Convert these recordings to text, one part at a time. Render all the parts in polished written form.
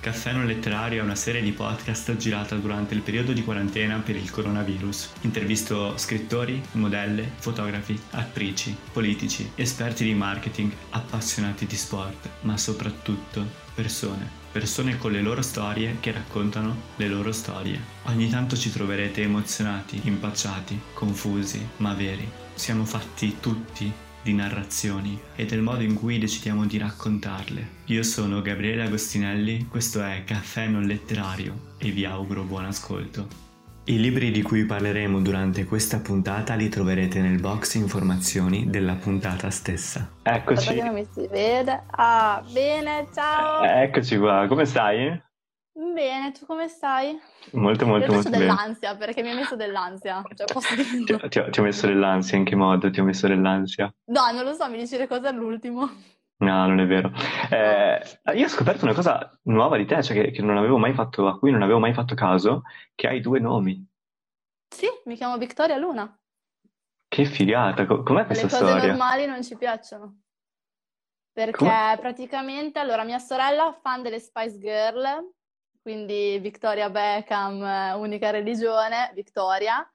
Caffè non letterario è una serie di podcast girata durante il periodo di quarantena per il coronavirus. Intervisto scrittori, modelle, fotografi, attrici, politici, esperti di marketing, appassionati di sport, ma soprattutto persone. Persone con le loro storie che raccontano le loro storie. Ogni tanto ci troverete emozionati, impacciati, confusi, ma veri. Siamo fatti tutti di narrazioni e del modo in cui decidiamo di raccontarle. Io sono Gabriele Agostinelli, questo è Caffè non letterario e vi auguro buon ascolto. I libri di cui parleremo durante questa puntata li troverete nel box informazioni della puntata stessa. Eccoci. Perché non mi si vede? Ah, bene, ciao! Eccoci qua, come stai? Bene, tu come stai? Molto Io bene. ho dell'ansia, perché mi hai messo dell'ansia. Cioè, posso dirlo? Ti ho messo dell'ansia, in che modo ti ho messo dell'ansia? No, non lo so, mi dici le cose all'ultimo. No, non è vero. Io ho scoperto una cosa nuova di te, cioè che non avevo mai fatto, a cui non avevo mai fatto caso, che hai 2 nomi. Sì, mi chiamo Victoria Luna. Che figata, com'è questa Le cose storia? normali non ci piacciono. Perché Com'è? praticamente, allora, mia sorella è fan delle Spice Girl, quindi Victoria Beckham, unica religione, Victoria,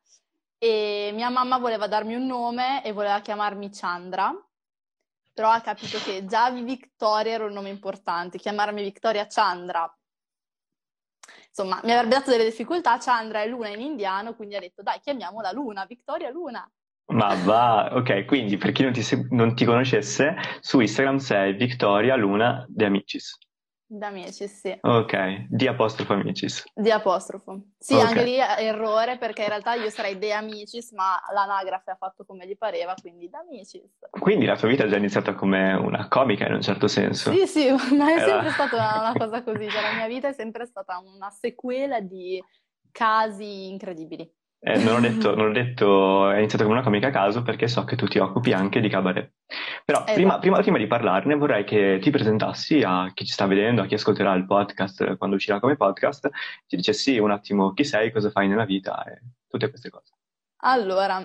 e mia mamma voleva darmi un nome e voleva chiamarmi Chandra, però ha capito che già Victoria era un nome importante, chiamarmi Victoria Chandra, insomma, mi avrebbe dato delle difficoltà. Chandra è luna in indiano, quindi ha detto dai, chiamiamola Luna, Victoria Luna. Ma va, ok, quindi per chi non ti conoscesse, su Instagram sei Victoria Luna De Amicis. Da amici, sì. Ok, di apostrofo Amicis. Di apostrofo. Sì, Ok. anche lì è errore, perché in realtà io sarei De Amicis, ma l'anagrafe ha fatto come gli pareva, quindi Da Amicis. Quindi la tua vita è già iniziata come una comica in un certo senso. Sì, sì, ma è sempre Era... stata una cosa così, cioè la mia vita è sempre stata una sequela di casi incredibili. non ho detto è iniziato come una comica a caso perché so che tu ti occupi anche di cabaret. Però Esatto. prima di parlarne vorrei che ti presentassi a chi ci sta vedendo, a chi ascolterà il podcast quando uscirà come podcast, ti dicessi un attimo chi sei, cosa fai nella vita e tutte queste cose. Allora,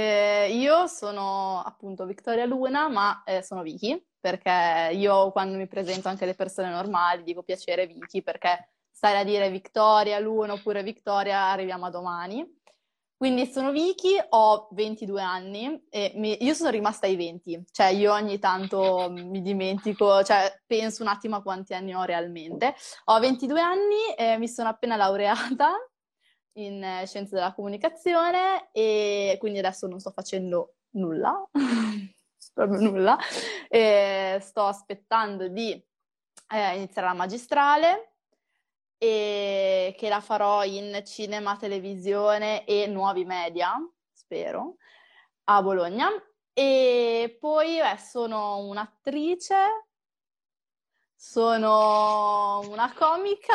io sono appunto Victoria Luna, ma sono Vicky, perché io quando mi presento anche alle persone normali dico piacere Vicky, perché stai a dire Victoria Luna oppure Victoria, arriviamo a domani. Quindi sono Vicky, ho 22 anni e io sono rimasta ai 20, cioè io ogni tanto mi dimentico, cioè penso un attimo a quanti anni ho realmente. Ho 22 anni, mi sono appena laureata in scienze della comunicazione e quindi adesso non sto facendo nulla, proprio nulla. Sto aspettando di iniziare la magistrale e che la farò in cinema, televisione e nuovi media, spero, a Bologna. E poi sono un'attrice, sono una comica,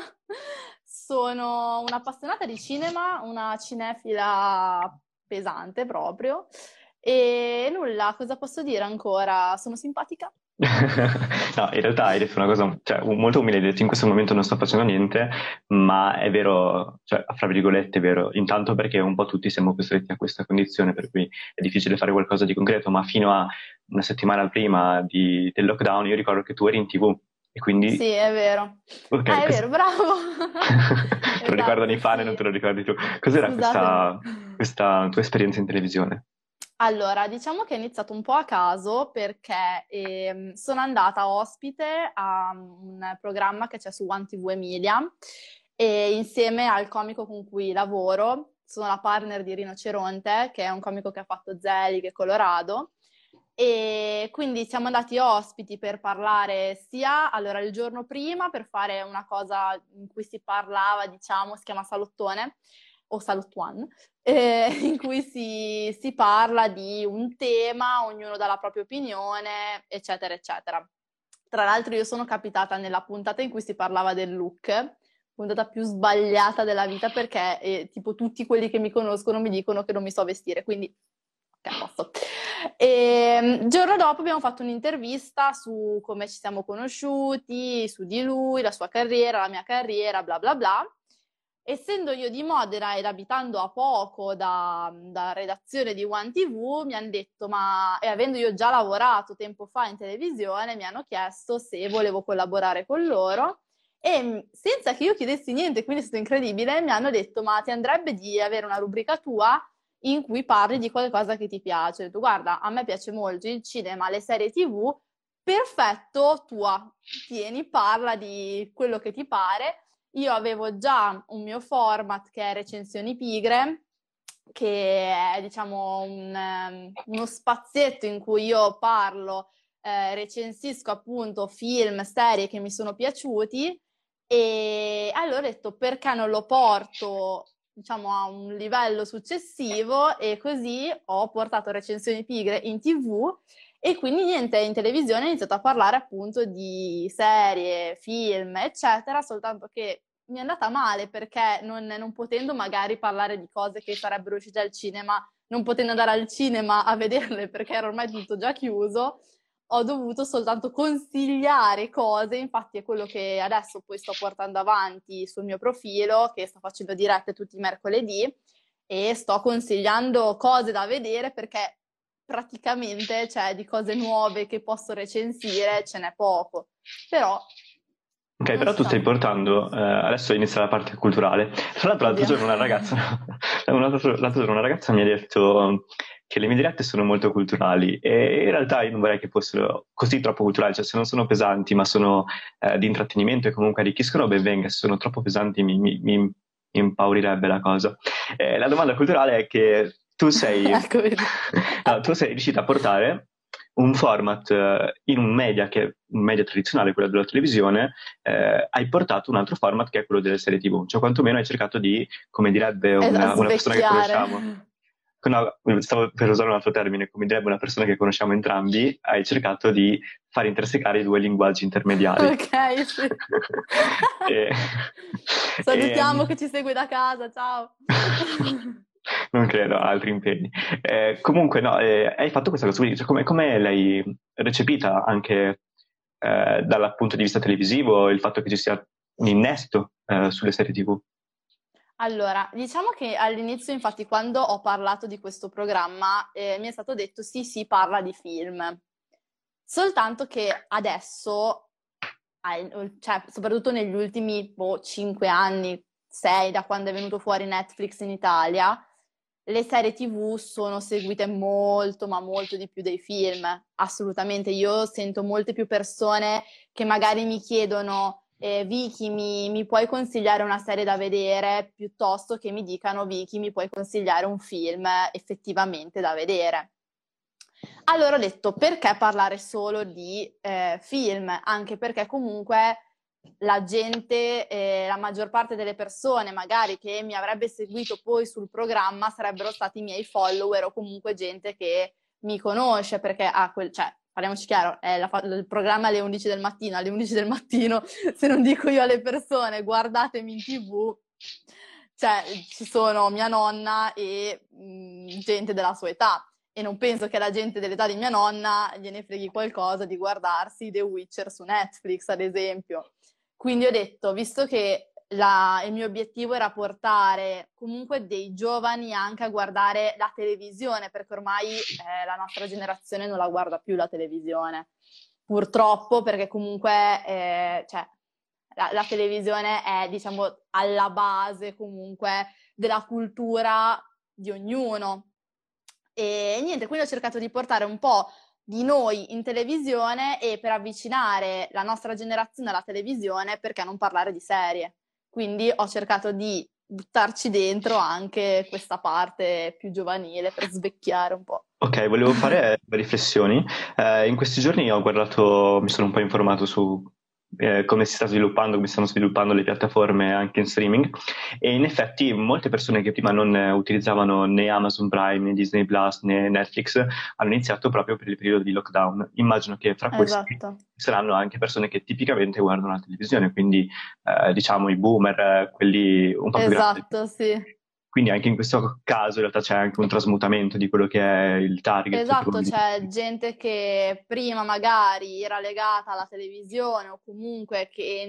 sono un'appassionata di cinema, una cinefila pesante proprio. E nulla, cosa posso dire ancora? Sono simpatica? No, in realtà hai detto una cosa, cioè, molto umile, hai detto in questo momento non sto facendo niente, ma è vero, cioè, fra virgolette è vero, intanto perché un po' tutti siamo costretti a questa condizione, per cui è difficile fare qualcosa di concreto, ma fino a una settimana prima del lockdown io ricordo che tu eri in TV e quindi... Sì, è vero. Ok, Ah, è vero, bravo! te lo ricordano i Esatto, fan e non sì. te lo ricordi tu. Cos'era Scusatemi. questa tua esperienza in televisione? Allora, diciamo che è iniziato un po' a caso perché sono andata ospite a un programma che c'è su One TV Emilia e insieme al comico con cui lavoro, sono la partner di Rinoceronte, che è un comico che ha fatto Zelig e Colorado, e quindi siamo andati ospiti per parlare sia, allora il giorno prima per fare una cosa in cui si parlava, diciamo, si chiama Salottone o Salottuan, in cui si parla di un tema, ognuno dà la propria opinione, eccetera, eccetera. Tra l'altro io sono capitata nella puntata in cui si parlava del look, puntata più sbagliata della vita perché tipo tutti quelli che mi conoscono mi dicono che non mi so vestire, quindi ok, a posto. E, giorno dopo abbiamo fatto un'intervista su come ci siamo conosciuti, su di lui, la sua carriera, la mia carriera, bla bla bla. Essendo io di Modena ed abitando a poco da redazione di One TV, mi hanno detto, e avendo io già lavorato tempo fa in televisione, mi hanno chiesto se volevo collaborare con loro E senza che io chiedessi niente, quindi è stato incredibile, mi hanno detto: ma ti andrebbe di avere una rubrica tua in cui parli di qualcosa che ti piace? Ho detto: guarda, a me piace molto il cinema, le serie TV, perfetto, tua, tieni, parla di quello che ti pare. Io avevo già un mio format che è Recensioni Pigre, che è diciamo uno spazietto in cui io parlo, recensisco appunto film, serie che mi sono piaciuti, e allora ho detto: perché non lo porto diciamo a un livello successivo, e così ho portato Recensioni Pigre in TV. E quindi niente, in televisione ho iniziato a parlare appunto di serie, film, eccetera, soltanto che mi è andata male perché non potendo magari parlare di cose che sarebbero uscite al cinema, non potendo andare al cinema a vederle perché era ormai tutto già chiuso, ho dovuto soltanto consigliare cose. Infatti è quello che adesso poi sto portando avanti sul mio profilo, che sto facendo dirette tutti i mercoledì, e sto consigliando cose da vedere perché praticamente, cioè, di cose nuove che posso recensire ce n'è poco. Però Ok, non però si tu sa. stai portando, adesso inizia la parte culturale. Tra l'altro l'altro Oddio. giorno una ragazza, l'altro giorno una ragazza mi ha detto che le mie dirette sono molto culturali, e in realtà io non vorrei che fossero così troppo culturali, cioè se non sono pesanti ma sono di intrattenimento e comunque arricchiscono, ben venga. Se sono troppo pesanti mi impaurirebbe la cosa. La domanda culturale è che tu sei, Ecco, vedi. no, tu sei riuscita a portare un format in un media che è un media tradizionale, quello della televisione, hai portato un altro format che è quello delle serie TV, cioè quantomeno hai cercato di, come direbbe una persona che conosciamo, Svecchiare. no, stavo per usare un altro termine, come direbbe una persona che conosciamo entrambi, hai cercato di far intersecare i due linguaggi intermediari. Ok, sì. E- Salutiamo e- che ci segue da casa, ciao. Non credo, ha altri impegni. Comunque, no, hai fatto questa cosa, quindi, cioè, come l'hai recepita anche dal punto di vista televisivo, il fatto che ci sia un innesto sulle serie TV? Allora, diciamo che all'inizio, infatti, quando ho parlato di questo programma, mi è stato detto: sì, sì, parla di film. Soltanto che adesso, cioè, soprattutto negli ultimi 5 anni, 6, da quando è venuto fuori Netflix in Italia, le serie TV sono seguite molto, ma molto di più dei film. Assolutamente. Io sento molte più persone che magari mi chiedono: Vicky, mi puoi consigliare una serie da vedere? Piuttosto che mi dicano: Vicky, mi puoi consigliare un film effettivamente da vedere? Allora ho detto: perché parlare solo di film? Anche perché comunque la gente, la maggior parte delle persone magari che mi avrebbe seguito poi sul programma sarebbero stati i miei follower, o comunque gente che mi conosce, perché cioè, parliamoci chiaro, è il programma alle 11 del mattino. Alle 11 del mattino, se non dico io alle persone guardatemi in TV, cioè ci sono mia nonna e gente della sua età. E non penso che la gente dell'età di mia nonna gliene freghi qualcosa di guardarsi The Witcher su Netflix, ad esempio. Quindi ho detto: visto che il mio obiettivo era portare comunque dei giovani anche a guardare la televisione, perché ormai la nostra generazione non la guarda più la televisione. Purtroppo, perché comunque cioè, la televisione è, diciamo, alla base comunque della cultura di ognuno. E niente, quindi ho cercato di portare un po' di noi in televisione, e per avvicinare la nostra generazione alla televisione, perché non parlare di serie? Quindi ho cercato di buttarci dentro anche questa parte più giovanile per svecchiare un po'. Ok, volevo fare due riflessioni. In questi giorni ho guardato, mi sono un po' informato su come si sta sviluppando, come stanno sviluppando le piattaforme anche in streaming, e in effetti molte persone che prima non utilizzavano né Amazon Prime, né Disney Plus, né Netflix hanno iniziato proprio per il periodo di lockdown. Immagino che fra questi Esatto, saranno anche persone che tipicamente guardano la televisione, quindi diciamo i boomer, quelli un po' più grandi. esatto, sì. Quindi anche in questo caso in realtà c'è anche un trasmutamento di quello che è il target Esatto, poi. c'è gente che prima magari era legata alla televisione, o comunque che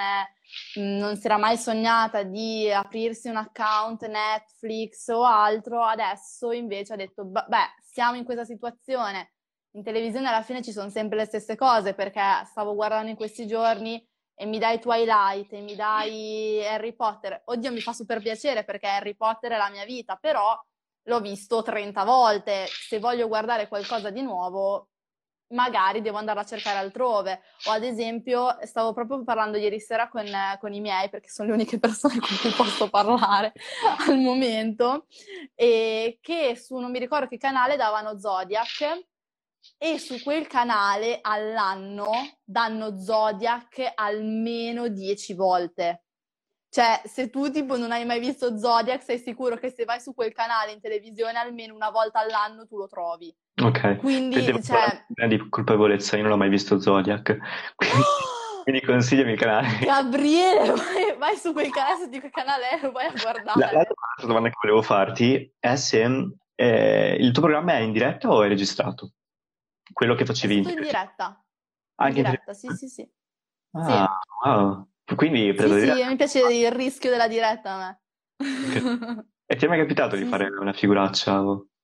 non si era mai sognata di aprirsi un account Netflix o altro. Adesso invece ha detto: beh, siamo in questa situazione, in televisione alla fine ci sono sempre le stesse cose, perché stavo guardando in questi giorni e mi dai Twilight e mi dai Harry Potter, oddio mi fa super piacere perché Harry Potter è la mia vita, però l'ho visto 30 volte, se voglio guardare qualcosa di nuovo magari devo andare a cercare altrove. O ad esempio, stavo proprio parlando ieri sera con i miei, perché sono le uniche persone con cui posso parlare al momento, e che su non mi ricordo che canale davano Zodiac, e su quel canale all'anno danno Zodiac almeno 10 volte. Cioè, se tu tipo non hai mai visto Zodiac, sei sicuro che se vai su quel canale in televisione almeno una volta all'anno tu lo trovi. Ok, Quindi, cioè... di colpevolezza, io non ho mai visto Zodiac, quindi consigliami il canale. Gabriele, vai su quel canale, se di quel canale è, lo vai a guardare. L'altra domanda che volevo farti è se il tuo programma è in diretta o è registrato? Quello che È facevi stato in diretta. In anche in diretta, sì, sì, sì. Ah, wow. Quindi Sì, preso sì, diretta. mi piace il rischio della diretta a me. E ti è mai capitato di Sì, fare sì. una figuraccia?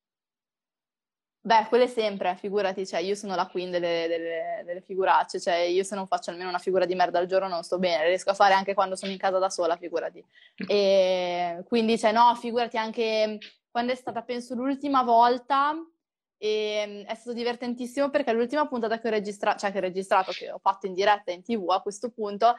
Beh, quelle sempre, figurati, cioè io sono la queen delle figuracce, cioè io se non faccio almeno una figura di merda al giorno non sto bene, riesco a fare anche quando sono in casa da sola, figurati. E quindi, cioè no, figurati anche quando è stata, penso, l'ultima volta, è stato divertentissimo perché l'ultima puntata che ho registrato, cioè che ho registrato, che ho fatto in diretta in TV a questo punto,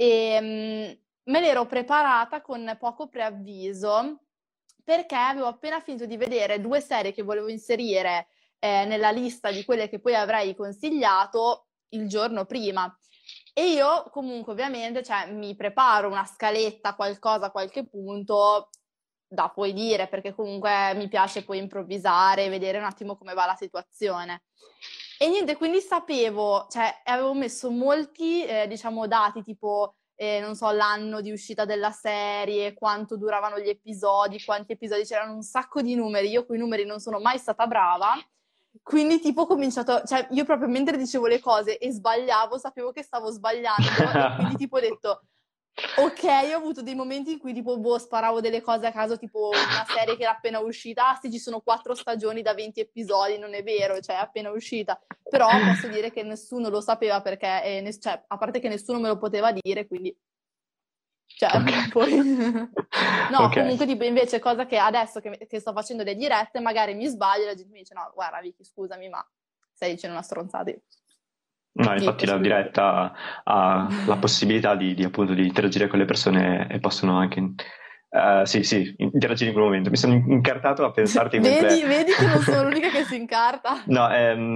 me l'ero preparata con poco preavviso perché avevo appena finito di vedere 2 serie che volevo inserire nella lista di quelle che poi avrei consigliato il giorno prima. E io comunque ovviamente cioè, mi preparo una scaletta, qualcosa, qualche punto da poi dire, perché comunque mi piace poi improvvisare, vedere un attimo come va la situazione. E niente, quindi sapevo, cioè avevo messo molti, diciamo, dati tipo non so, l'anno di uscita della serie, quanto duravano gli episodi, quanti episodi, c'erano un sacco di numeri, io con i numeri non sono mai stata brava, quindi tipo ho cominciato, cioè io proprio mentre dicevo le cose e sbagliavo, sapevo che stavo sbagliando e quindi tipo ho detto, ok, ho avuto dei momenti in cui tipo sparavo delle cose a caso, tipo una serie che era appena uscita, ah sì, ci sono 4 stagioni da 20 episodi, non è vero, cioè è appena uscita. Però posso dire che nessuno lo sapeva perché, cioè, a parte che nessuno me lo poteva dire, quindi... Cioè, Ok. poi... No, Ok. comunque tipo invece cosa che adesso che sto facendo le dirette, magari mi sbaglio e la gente mi dice no, guarda Vicky, scusami, ma stai dicendo una stronzata. No, infatti la Scusa. diretta ha la possibilità appunto di interagire con le persone e possono anche sì, interagire in quel momento. Mi sono incartato a pensarti mentre... Vedi che non sono l'unica che si incarta. No,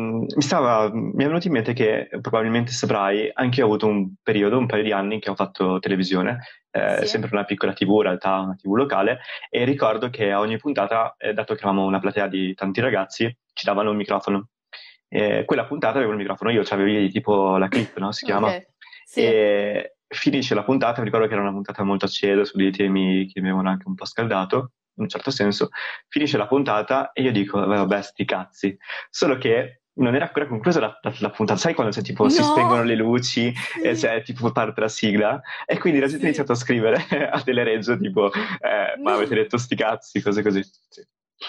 mi è venuto in mente che probabilmente saprai, anche io ho avuto un periodo, un paio di anni che ho fatto televisione, Sì, sempre una piccola TV, in realtà una TV locale, e ricordo che a ogni puntata, dato che eravamo una platea di tanti ragazzi, ci davano un microfono. Quella puntata avevo il microfono io, cioè avevi tipo la clip, no? Si chiama. ok, sì. E finisce la puntata, mi ricordo che era una puntata molto accesa su dei temi che mi avevano anche un po' scaldato, in un certo senso. Finisce la puntata e io dico, vabbè, sti cazzi. Solo che non era ancora conclusa la puntata, sai quando c'è, tipo, si spengono No! le luci e Sì, c'è tipo parte la sigla? E quindi la gente ha sì. iniziato a scrivere a Telereggio tipo, ma avete No! detto sti cazzi, cose così. Sì.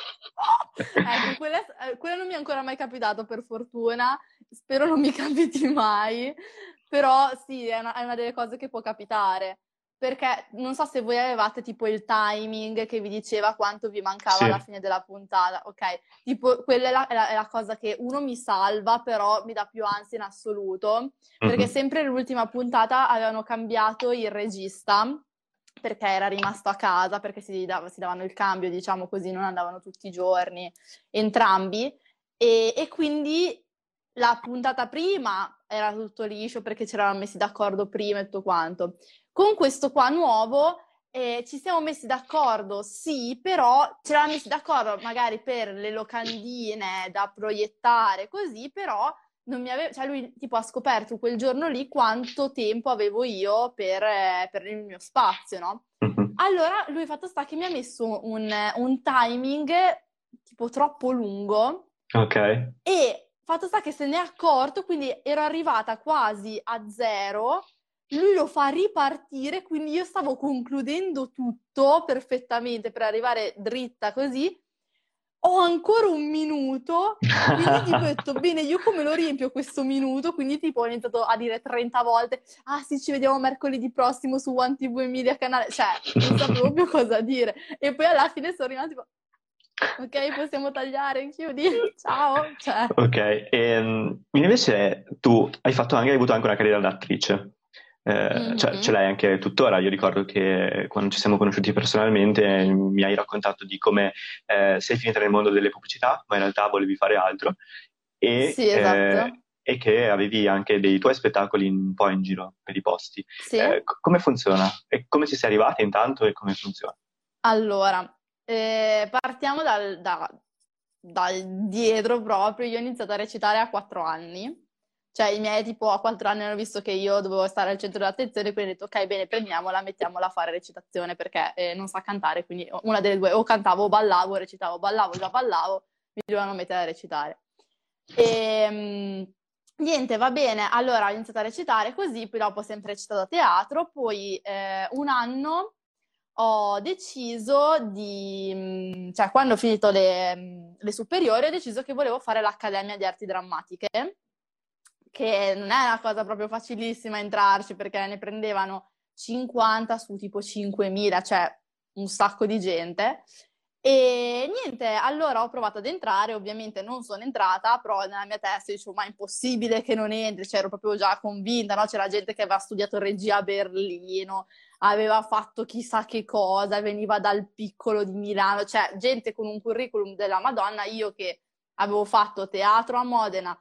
Ecco, quella non mi è ancora mai capitato per fortuna, spero non mi capiti mai, però sì, è una delle cose che può capitare, perché non so se voi avevate tipo il timing che vi diceva quanto vi mancava Sì. alla fine della puntata, ok? Tipo, quella è la cosa che uno mi salva, però mi dà più ansia in assoluto, perché Mhm. sempre l'ultima puntata avevano cambiato il regista, perché era rimasto a casa, perché si davano il cambio, diciamo così, non andavano tutti i giorni, entrambi, e quindi la puntata prima era tutto liscio perché ci eravamo messi d'accordo prima e tutto quanto. Con questo qua nuovo ci siamo messi d'accordo, sì, però ci eravamo messi d'accordo magari per le locandine da proiettare, così, però non mi aveva, cioè lui tipo ha scoperto quel giorno lì quanto tempo avevo io per il mio spazio, no? Mhm. Allora lui fatto sta che mi ha messo un timing tipo troppo lungo Ok. e fatto sta che se ne è accorto, quindi ero arrivata quasi a zero, lui lo fa ripartire, quindi io stavo concludendo tutto perfettamente per arrivare dritta così. ho ancora un minuto, quindi tipo ho detto, bene, io come lo riempio questo minuto? Quindi tipo ho iniziato a dire 30 volte, ah sì, ci vediamo mercoledì prossimo su One TV Emilia canale, cioè non sapevo più cosa dire. E poi alla fine sono rimasta tipo, ok, possiamo tagliare, chiudi, ciao, cioè. Ok, invece tu hai avuto anche una carriera da attrice. Cioè, ce Mhm. l'hai anche tuttora. Io ricordo che quando ci siamo conosciuti personalmente mi hai raccontato di come sei finita nel mondo delle pubblicità, ma in realtà volevi fare altro Sì, esatto. e che avevi anche dei tuoi spettacoli un po' in giro per i posti. Sì. Come funziona? E come ci sei arrivata intanto e come funziona? Allora, partiamo dal dietro proprio. Io ho iniziato a recitare a 4 anni. Cioè i miei tipo a 4 anni hanno visto che io dovevo stare al centro dell'attenzione, quindi ho detto ok, bene, prendiamola, mettiamola a fare recitazione perché non sa cantare, quindi una delle due, o cantavo o ballavo, recitavo, ballavo, già ballavo, mi dovevano mettere a recitare. Niente, va bene, allora ho iniziato a recitare così, poi dopo ho sempre recitato a teatro, poi un anno ho deciso cioè quando ho finito le superiori, ho deciso che volevo fare l'Accademia di Arti Drammatiche, che non è una cosa proprio facilissima entrarci perché ne prendevano 50 su tipo 5.000, cioè un sacco di gente. E niente, allora ho provato ad entrare, ovviamente non sono entrata, però nella mia testa dicevo, ma è impossibile che non entri, cioè ero proprio già convinta, no? C'era gente che aveva studiato regia a Berlino, aveva fatto chissà che cosa, veniva dal piccolo di Milano, cioè gente con un curriculum della Madonna, io che avevo fatto teatro a Modena,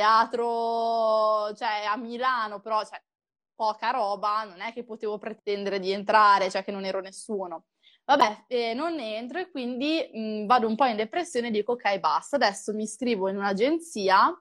teatro, cioè a Milano, però cioè, poca roba, non è che potevo pretendere di entrare, cioè che non ero nessuno. Vabbè, non entro e quindi vado un po' in depressione e dico ok, basta, adesso mi iscrivo in un'agenzia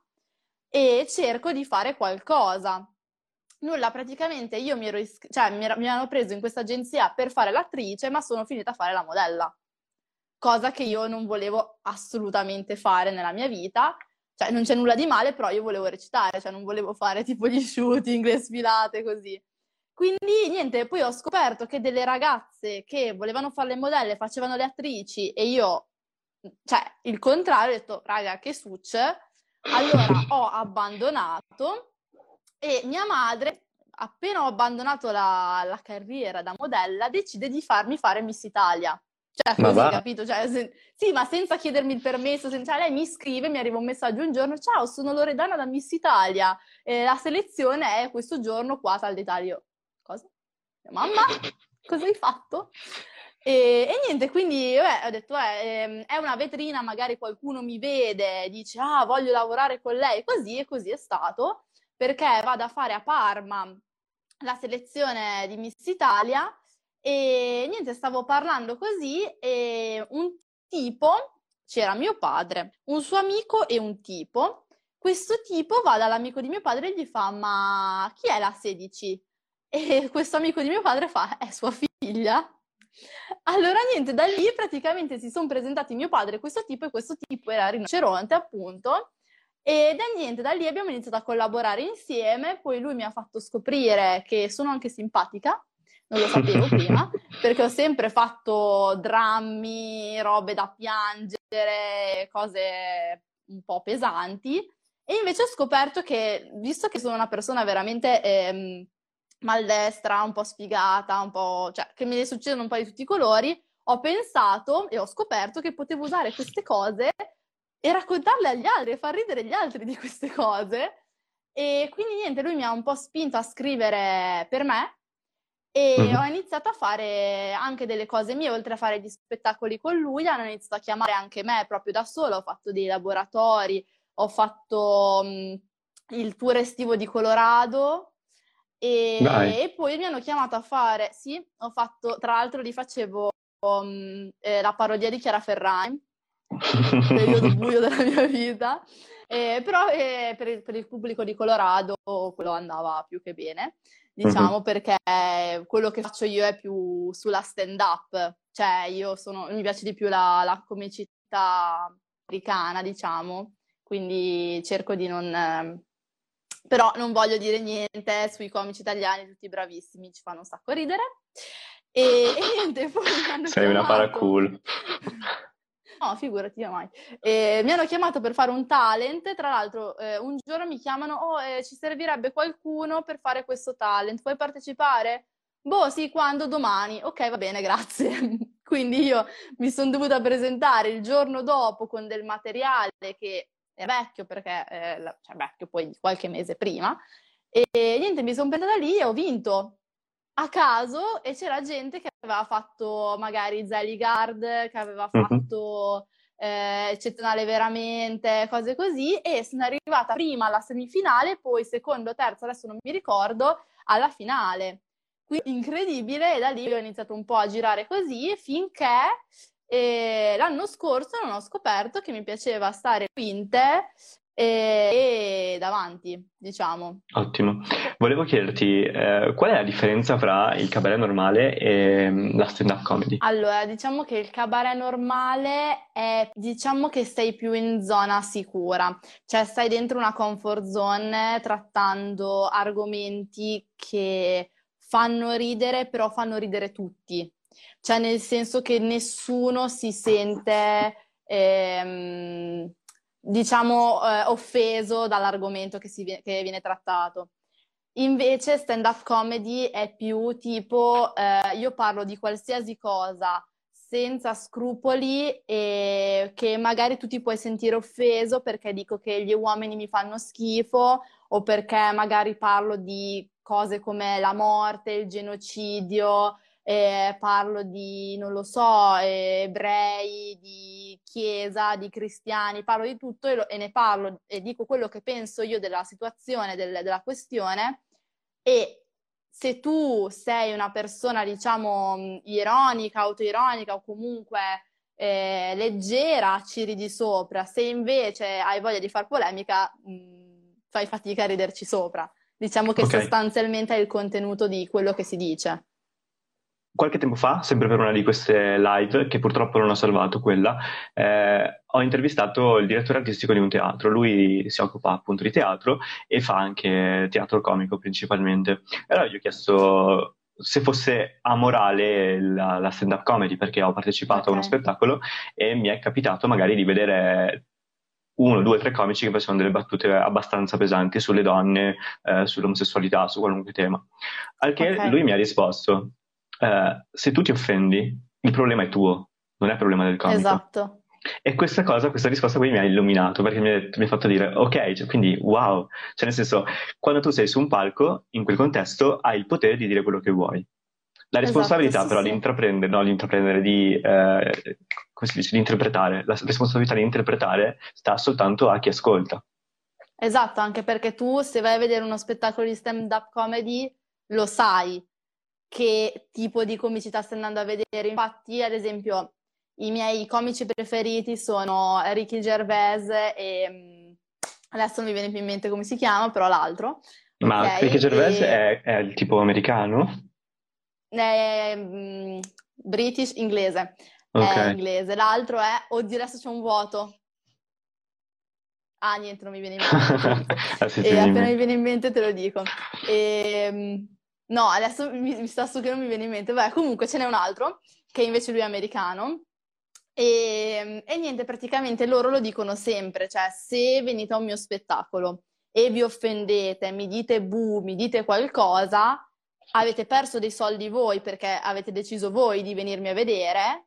e cerco di fare qualcosa. Nulla, praticamente io cioè mi hanno preso in questa agenzia per fare l'attrice, ma sono finita a fare la modella, cosa che io non volevo assolutamente fare nella mia vita. Cioè non c'è nulla di male, però io volevo recitare, cioè non volevo fare tipo gli shooting, le sfilate, così. Quindi niente, poi ho scoperto che delle ragazze che volevano fare le modelle facevano le attrici e io, cioè il contrario, ho detto, raga, che succe? Allora ho abbandonato e mia madre, appena ho abbandonato la carriera da modella, decide di farmi fare Miss Italia. Cioè Ma così, va? capito? Cioè, sì, ma senza chiedermi il permesso, cioè, lei mi scrive, mi arriva un messaggio un giorno, ciao, sono Loredana da Miss Italia, la selezione è questo giorno qua, tal dettaglio. Cosa? Mamma, cosa hai fatto? E niente, quindi ho detto, è una vetrina, magari qualcuno mi vede, dice, ah, voglio lavorare con lei, così e così è stato, perché vado a fare a Parma la selezione di Miss Italia e niente, stavo parlando così e un tipo, c'era mio padre, un suo amico e un tipo. Questo tipo va dall'amico di mio padre e gli fa, ma chi è la 16? E questo amico di mio padre fa, è sua figlia. Allora niente, da lì praticamente si sono presentati mio padre e questo tipo era rinoceronte appunto, e da niente, da lì abbiamo iniziato a collaborare insieme, poi lui mi ha fatto scoprire che sono anche simpatica, non lo sapevo prima, perché ho sempre fatto drammi, robe da piangere, cose un po' pesanti, e invece ho scoperto che, visto che sono una persona veramente maldestra, un po' sfigata, un po', cioè che mi succedono un po' di tutti i colori, ho pensato e ho scoperto che potevo usare queste cose e raccontarle agli altri e far ridere gli altri di queste cose. E quindi niente, lui mi ha un po' spinto a scrivere per me e ho Mhm. iniziato a fare anche delle cose mie, oltre a fare gli spettacoli con lui, hanno iniziato a chiamare anche me proprio da sola, ho fatto dei laboratori, ho fatto il tour estivo di Colorado Dai. e poi mi hanno chiamato a fare, sì, ho fatto, tra l'altro li facevo la parodia di Chiara Ferragni, periodo buio della mia vita, però per il pubblico di Colorado quello andava più che bene, Mhm. diciamo, perché quello che faccio io è più sulla stand-up, cioè mi piace di più la comicità americana, diciamo, quindi cerco di non... però non voglio dire niente sui comici italiani, tutti bravissimi, ci fanno un sacco ridere. E niente, poi mi hanno Sei una chiamato. paracool. figurati, io mai. Mi hanno chiamato per fare un talent, tra l'altro un giorno mi chiamano, ci servirebbe qualcuno per fare questo talent, puoi partecipare? Boh, sì, quando? Domani. Ok, va bene, grazie. Quindi io mi sono dovuta presentare il giorno dopo con del materiale che è vecchio perché, cioè vecchio poi di qualche mese prima, e niente, mi sono presentata lì e ho vinto a caso e c'era gente che aveva fatto magari Zelly Guard, che aveva Mhm. fatto eccezionale veramente, cose così, e sono arrivata prima alla semifinale, poi secondo, terzo, adesso non mi ricordo, alla finale. Quindi incredibile, e da lì ho iniziato un po' a girare così finché l'anno scorso non ho scoperto che mi piaceva stare quinte e davanti, diciamo. Ottimo. Volevo chiederti qual è la differenza fra il cabaret normale e la stand-up comedy? Allora, diciamo che il cabaret normale è, diciamo che sei più in zona sicura, cioè stai dentro una comfort zone trattando argomenti che fanno ridere, però fanno ridere tutti, cioè nel senso che nessuno si sente, diciamo, offeso dall'argomento che viene trattato. Invece stand-up comedy è più tipo io parlo di qualsiasi cosa senza scrupoli e che magari tu ti puoi sentire offeso perché dico che gli uomini mi fanno schifo o perché magari parlo di cose come la morte, il genocidio, parlo di, non lo so, ebrei, di chiesa, di cristiani, parlo di tutto e ne parlo e dico quello che penso io della situazione, della questione. E se tu sei una persona, diciamo, ironica, autoironica o comunque leggera, ci ridi sopra. Se invece hai voglia di far polemica, fai fatica a riderci sopra. Diciamo che Ok. sostanzialmente è il contenuto di quello che si dice. Qualche tempo fa, sempre per una di queste live, che purtroppo non ho salvato quella, ho intervistato il direttore artistico di un teatro. Lui si occupa appunto di teatro e fa anche teatro comico principalmente. E allora gli ho chiesto se fosse amorale la stand-up comedy, perché ho partecipato a Ok, uno spettacolo e mi è capitato magari di vedere uno, due, tre comici che facevano delle battute abbastanza pesanti sulle donne, sull'omosessualità, su qualunque tema. Al che ok, lui mi ha risposto, se tu ti offendi, il problema è tuo, non è il problema del comico. esatto, E questa cosa, questa risposta qui mi ha illuminato perché mi ha fatto dire, ok, cioè, quindi wow, cioè nel senso, quando tu sei su un palco, in quel contesto, hai il potere di dire quello che vuoi. La esatto, responsabilità sì, però di sì. intraprendere, no, di intraprendere, come si dice, di interpretare, la responsabilità di interpretare sta soltanto a chi ascolta. Esatto, anche perché tu se vai a vedere uno spettacolo di stand-up comedy lo sai che tipo di comicità stai andando a vedere. Infatti, ad esempio, i miei comici preferiti sono Ricky Gervais e adesso non mi viene più in mente come si chiama, però l'altro, ok? Ma Ricky Gervais E è il tipo americano? è British, inglese, Ok. è inglese. L'altro è, oddio, adesso c'è un vuoto. Ah, niente, non mi viene in mente, te lo dico. Ah, sì, sì, E vieni in appena mi mente. viene in mente te lo dico. No, adesso mi sta su che non mi viene in mente. Beh, comunque ce n'è un altro, che invece lui è americano. E niente, praticamente loro lo dicono sempre, cioè se venite a un mio spettacolo e vi offendete, mi dite bu, mi dite qualcosa, avete perso dei soldi voi perché avete deciso voi di venirmi a vedere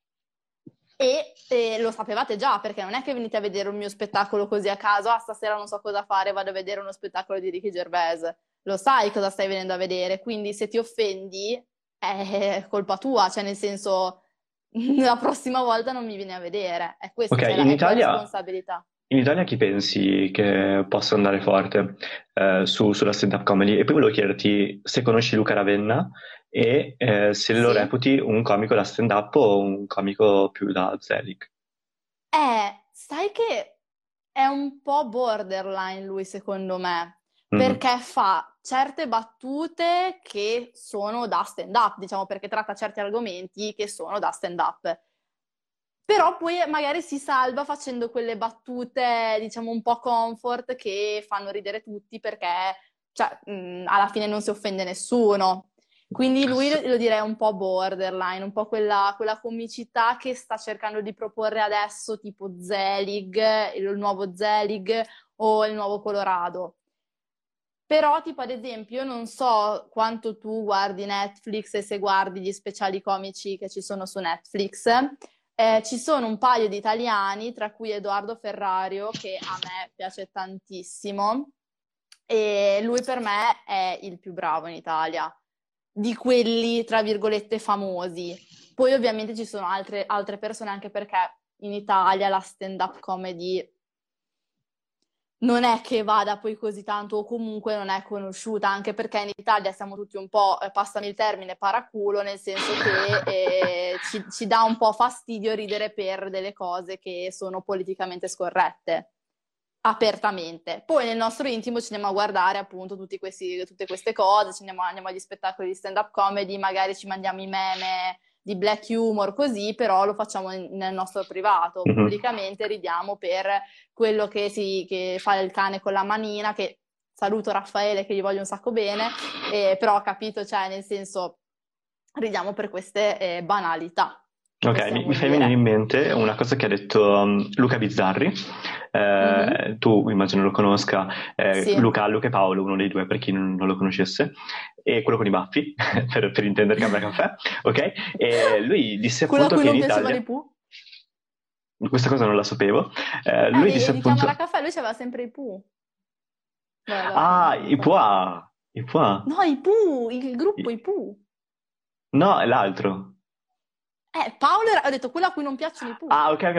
e lo sapevate già, perché non è che venite a vedere un mio spettacolo così a caso, stasera non so cosa fare, vado a vedere uno spettacolo di Ricky Gervais. Lo sai cosa stai venendo a vedere, quindi se ti offendi è colpa tua, cioè nel senso la prossima volta non mi vieni a vedere. È Ok, questo, cioè è tua responsabilità. In Italia chi pensi che possa andare forte sulla stand-up comedy? E poi volevo chiederti se conosci Luca Ravenna e se lo Sì? reputi un comico da stand-up o un comico più da Zelig. Sai che è un po' borderline lui, secondo me, Mhm. perché fa certe battute che sono da stand-up, diciamo, perché tratta certi argomenti che sono da stand-up. Però poi magari si salva facendo quelle battute, diciamo, un po' comfort che fanno ridere tutti perché, cioè, alla fine non si offende nessuno. Quindi lui lo direi un po' borderline, un po' quella comicità che sta cercando di proporre adesso, tipo Zelig, il nuovo Zelig o il nuovo Colorado. Però, tipo, ad esempio, non so quanto tu guardi Netflix e se guardi gli speciali comici che ci sono su Netflix. Ci sono un paio di italiani, tra cui Edoardo Ferrario, che a me piace tantissimo, e lui per me è il più bravo in Italia, di quelli, tra virgolette, famosi. Poi ovviamente ci sono altre persone, anche perché in Italia la stand-up comedy non è che vada poi così tanto, o comunque non è conosciuta, anche perché in Italia siamo tutti un po', passami il termine, paraculo, nel senso che ci dà un po' fastidio ridere per delle cose che sono politicamente scorrette, apertamente. Poi nel nostro intimo ci andiamo a guardare appunto tutte queste cose, andiamo agli spettacoli di stand-up comedy, magari ci mandiamo i meme di black humor così, però lo facciamo nel nostro privato, pubblicamente ridiamo per quello che fa il cane con la manina, che saluto Raffaele che gli voglio un sacco bene, però ho capito, cioè nel senso ridiamo per queste banalità. Ok, mi fai venire in mente una cosa che ha detto Luca Bizzarri. Tu immagino lo conosca, Sì. Luca e Paolo, uno dei due per chi non lo conoscesse, e quello con i baffi, per intendere Camera Caffè, ok? E lui disse quello appunto a cui che in non piaceva Italia... di Pooh? Questa cosa non la sapevo. Lui disse di appunto... Camera Caffè lui c'aveva sempre i Pooh. Ah, i Pua! I Pua! No, i Pooh, il gruppo i Pooh. No, è l'altro. Paolo ha detto quello a cui non piacciono i Pooh. Ah, ok.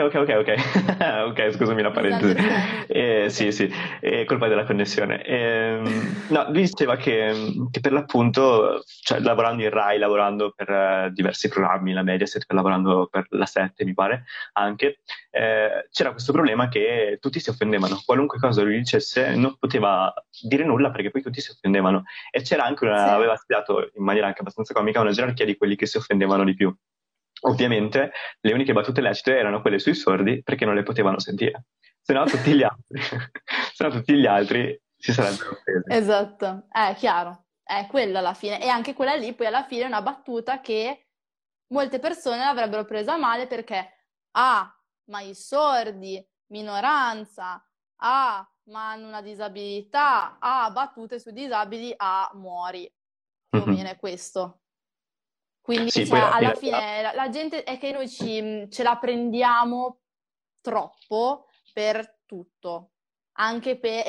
Ok, scusami la parentesi. Okay. Sì, è colpa della connessione. No, lui diceva che per l'appunto, cioè lavorando in Rai, lavorando per diversi programmi, la Mediaset, lavorando per la 7, mi pare, anche, c'era questo problema che tutti si offendevano. Qualunque cosa lui dicesse non poteva dire nulla perché poi tutti si offendevano. E c'era anche aveva spiegato in maniera anche abbastanza comica una gerarchia di quelli che si offendevano di più. Ovviamente le uniche battute lecite erano quelle sui sordi perché non le potevano sentire, se no tutti gli altri, se no tutti gli altri si sarebbero offesi. Esatto, è chiaro, è quella alla fine. E anche quella lì poi alla fine è una battuta che molte persone l'avrebbero presa male perché, ma i sordi, minoranza, ma hanno una disabilità, battute sui disabili, muori. Più o meno è questo. Quindi Sì, cioè, poi alla fine la gente è che noi ce la prendiamo troppo per tutto, anche per...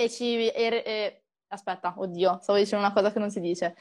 aspetta, oddio, stavo dicendo una cosa che non si dice.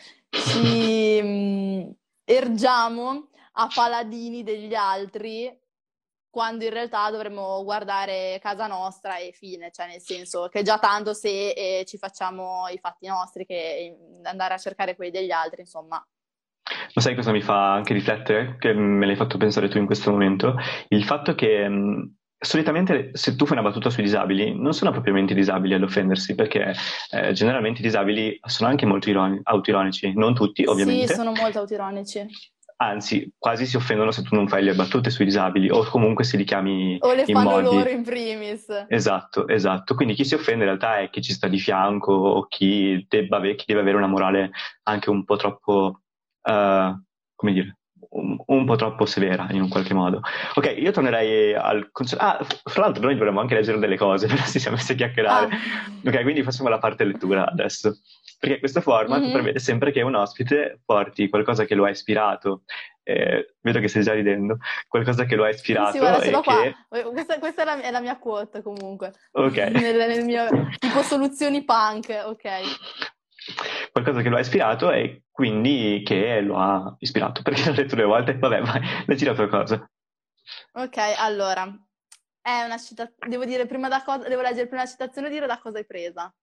Ci ergiamo a paladini degli altri quando in realtà dovremmo guardare casa nostra e fine, cioè nel senso che già tanto se ci facciamo i fatti nostri che andare a cercare quelli degli altri, insomma. Ma sai cosa mi fa anche riflettere? Che me l'hai fatto pensare tu in questo momento? Il fatto che solitamente se tu fai una battuta sui disabili, non sono propriamente i disabili ad offendersi, perché generalmente i disabili sono anche molto autoironici, non tutti ovviamente. Sì, sono molto autoironici. Anzi, quasi si offendono se tu non fai le battute sui disabili o comunque se li chiami O le in fanno modi... loro in primis. Esatto. Quindi chi si offende in realtà è chi ci sta di fianco o chi chi deve avere una morale anche un po' troppo, come dire, un po' troppo severa in un qualche modo. Ok, io tornerei al concetto... fra l'altro noi dovremmo anche leggere delle cose, però ci siamo messi a chiacchierare. Ok, quindi facciamo la parte lettura adesso. Perché questo format prevede sempre che un ospite porti qualcosa che lo ha ispirato. Vedo che stai già ridendo. Qualcosa che lo ha ispirato Sì, guarda, ce l'ho qua. che... Questa è la mia quote comunque. Ok. Nel mio tipo soluzioni punk, ok. Qualcosa che lo ha ispirato e quindi che lo ha ispirato. Perché l'ho detto 2 volte? Vabbè, vai, leggi la tua cosa. Ok, allora. È una citazione. Devo leggere prima la citazione e dire da cosa è presa.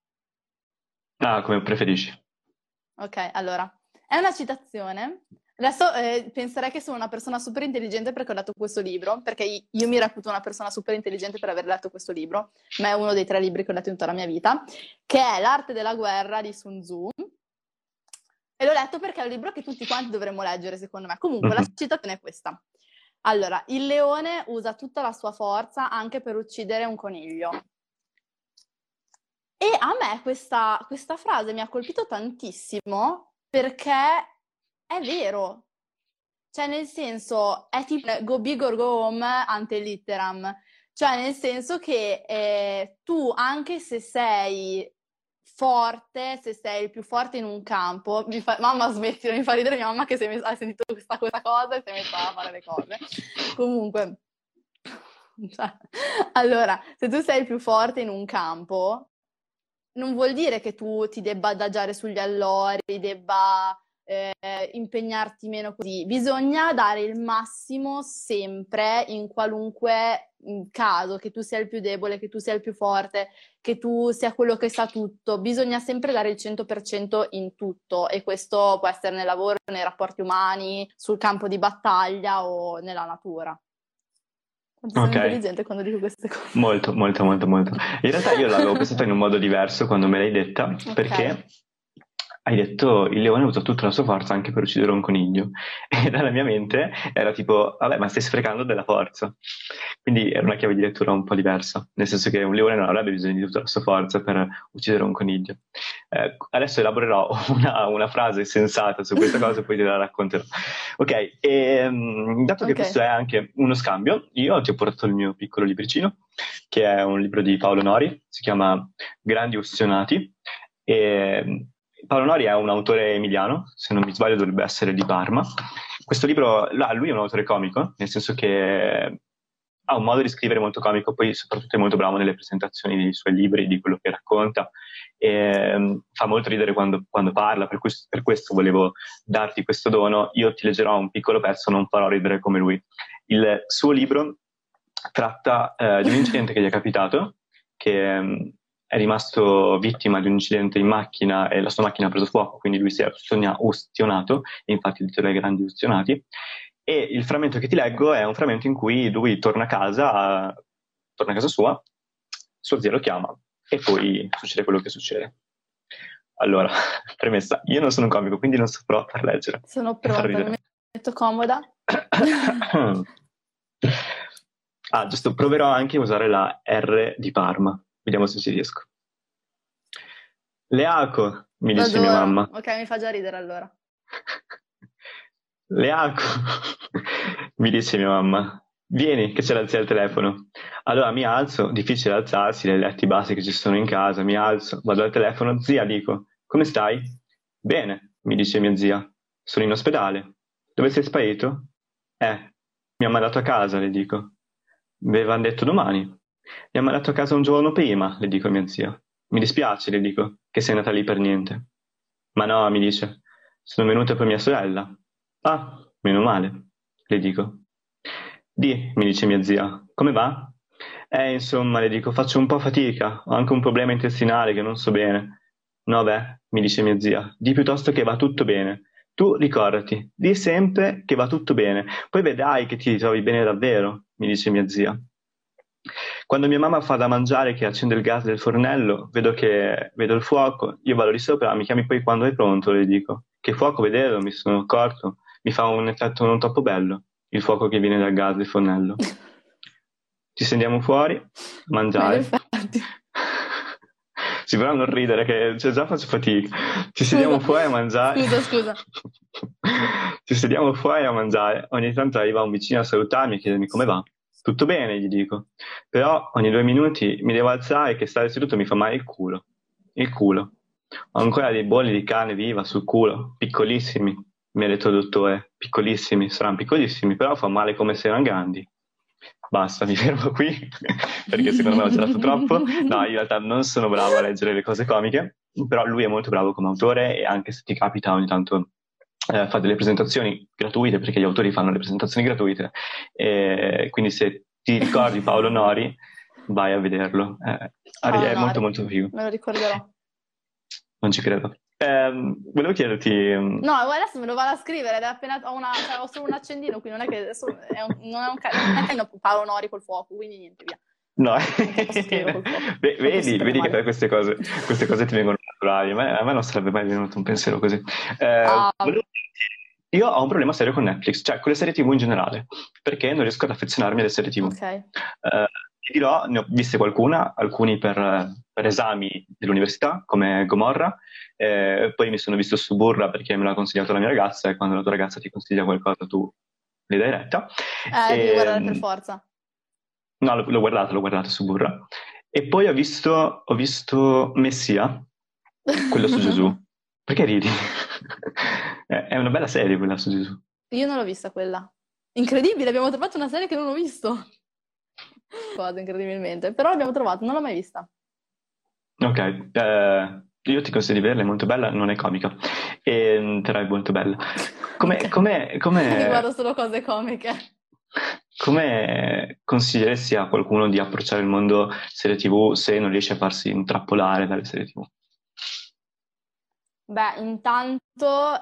Come preferisci. Ok, allora. È una citazione. Adesso penserei che sono una persona super intelligente perché ho letto questo libro, perché io mi reputo una persona super intelligente per aver letto questo libro, ma è uno dei 3 libri che ho letto in tutta la mia vita, che è L'arte della guerra di Sun Tzu. E l'ho letto perché è un libro che tutti quanti dovremmo leggere, secondo me. Comunque, la citazione è questa. Allora, il leone usa tutta la sua forza anche per uccidere un coniglio. E a me questa frase mi ha colpito tantissimo perché è vero. Cioè, nel senso, è tipo go big or go home ante litteram. Cioè, nel senso che tu, anche se sei forte, se sei il più forte in un campo, mamma smetti, mi fa ridere mia mamma che ha sentito questa cosa e si è messa a fare le cose. Comunque, cioè, allora, se tu sei il più forte in un campo, non vuol dire che tu ti debba adagiare sugli allori, debba impegnarti meno così. Bisogna dare il massimo sempre, in qualunque caso, che tu sia il più debole, che tu sia il più forte, che tu sia quello che sa tutto. Bisogna sempre dare il 100% in tutto, e questo può essere nel lavoro, nei rapporti umani, sul campo di battaglia o nella natura. Quanto sono intelligente quando dico queste cose. Molto, molto, molto, molto. In realtà io l'avevo pensata in un modo diverso quando me l'hai detta, perché hai detto il leone usa tutta la sua forza anche per uccidere un coniglio. E dalla mia mente era tipo, vabbè, ma stai sprecando della forza. Quindi era una chiave di lettura un po' diversa, nel senso che un leone non avrebbe bisogno di tutta la sua forza per uccidere un coniglio. Adesso elaborerò una frase sensata su questa cosa e poi te la racconterò. Ok, dato che questo è anche uno scambio, io ti ho portato il mio piccolo libricino, che è un libro di Paolo Nori, si chiama Grandi Ustionati, e Paolo Nori è un autore emiliano, se non mi sbaglio dovrebbe essere di Parma. Questo libro, lui è un autore comico, nel senso che ha un modo di scrivere molto comico, poi soprattutto è molto bravo nelle presentazioni dei suoi libri, di quello che racconta, e fa molto ridere quando parla, per questo volevo darti questo dono. Io ti leggerò un piccolo pezzo, non farò ridere come lui. Il suo libro tratta di un incidente che gli è capitato, che è rimasto vittima di un incidente in macchina e la sua macchina ha preso fuoco, quindi lui si è ustionato, e infatti il titolo è Grandi Ustionati. E il frammento che ti leggo è un frammento in cui lui torna a casa sua, suo zio lo chiama e poi succede quello che succede. Allora, premessa, io non sono un comico, quindi non saprò far leggere. Sono pronta, mi metto comoda. Giusto, proverò anche a usare la R di Parma. Vediamo se ci riesco. Leaco, mi dice mia mamma. Ok, mi fa già ridere allora. Leaco, mi dice mia mamma. Vieni, che c'è la zia al telefono. Allora mi alzo, difficile alzarsi, le letti bassi che ci sono in casa, mi alzo, vado al telefono, zia, dico, come stai? Bene, mi dice mia zia, sono in ospedale. Dove sei sparito? Mi ha mandato a casa, le dico. Mi avevano detto domani. Mi ha mandato a casa un giorno prima, le dico a mia zia. Mi dispiace, le dico, che sei andata lì per niente. Ma no, mi dice, sono venuta per mia sorella. Ah, meno male, le dico. Mi dice mia zia, come va? Insomma, le dico, faccio un po' fatica, ho anche un problema intestinale che non so bene. No, beh, mi dice mia zia, di piuttosto che va tutto bene. Tu ricordati, di sempre che va tutto bene, poi vedrai che ti trovi bene davvero, mi dice mia zia. Quando mia mamma fa da mangiare che accende il gas del fornello, vedo il fuoco, io vado lì sopra, mi chiami poi quando è pronto, le dico. Che fuoco, vederlo, mi sono accorto, mi fa un effetto non troppo bello, il fuoco che viene dal gas del fornello. Ci stendiamo fuori, a mangiare. Sì, però non ridere, che già faccio fatica. Ci sediamo fuori a mangiare. Scusa. Ci sediamo fuori a mangiare. Ogni tanto arriva un vicino a salutarmi e chiedermi come va. Tutto bene, gli dico. Però ogni 2 minuti mi devo alzare, che stare seduto mi fa male il culo. Il culo. Ho ancora dei bolli di carne viva sul culo, piccolissimi, mi ha detto il dottore. Piccolissimi, saranno piccolissimi, però fa male come se erano grandi. Basta, mi fermo qui, perché secondo me ho girato troppo. No, in realtà non sono bravo a leggere le cose comiche, però lui è molto bravo come autore, e anche se ti capita ogni tanto fa delle presentazioni gratuite, perché gli autori fanno le presentazioni gratuite, e quindi se ti ricordi Paolo Nori, vai a vederlo. È molto molto figo. Me lo ricorderò. Non ci credo. Volevo chiederti... No, adesso me lo vado a scrivere, ed è appena ho solo un accendino, quindi non è che adesso non è un Paolo Nori col fuoco, quindi niente, via. No, vedi che queste cose ti vengono naturali. A me non sarebbe mai venuto un pensiero così. Io ho un problema serio con Netflix, cioè con le serie TV in generale, perché non riesco ad affezionarmi alle serie TV. Okay. ti dirò, ne ho viste qualcuna, alcuni per esami dell'università, come Gomorra, poi mi sono visto Suburra perché me l'ha consigliato la mia ragazza, e quando la tua ragazza ti consiglia qualcosa tu le dai retta. Devi guardare per E, forza. no, l'ho guardato Suburra. E poi ho visto Messia, quello su Gesù. Perché ridi? È una bella serie quella su Gesù. Io non l'ho vista quella. Incredibile, abbiamo trovato una serie che non ho visto. Cosa, incredibilmente. Però l'abbiamo trovato, non l'ho mai vista. Ok, io ti consiglio di vederla, è molto bella, non è comica, però è molto bella. Mi guardo solo cose comiche. Come consiglieresti a qualcuno di approcciare il mondo serie TV se non riesce a farsi intrappolare dalle serie TV? Beh, intanto,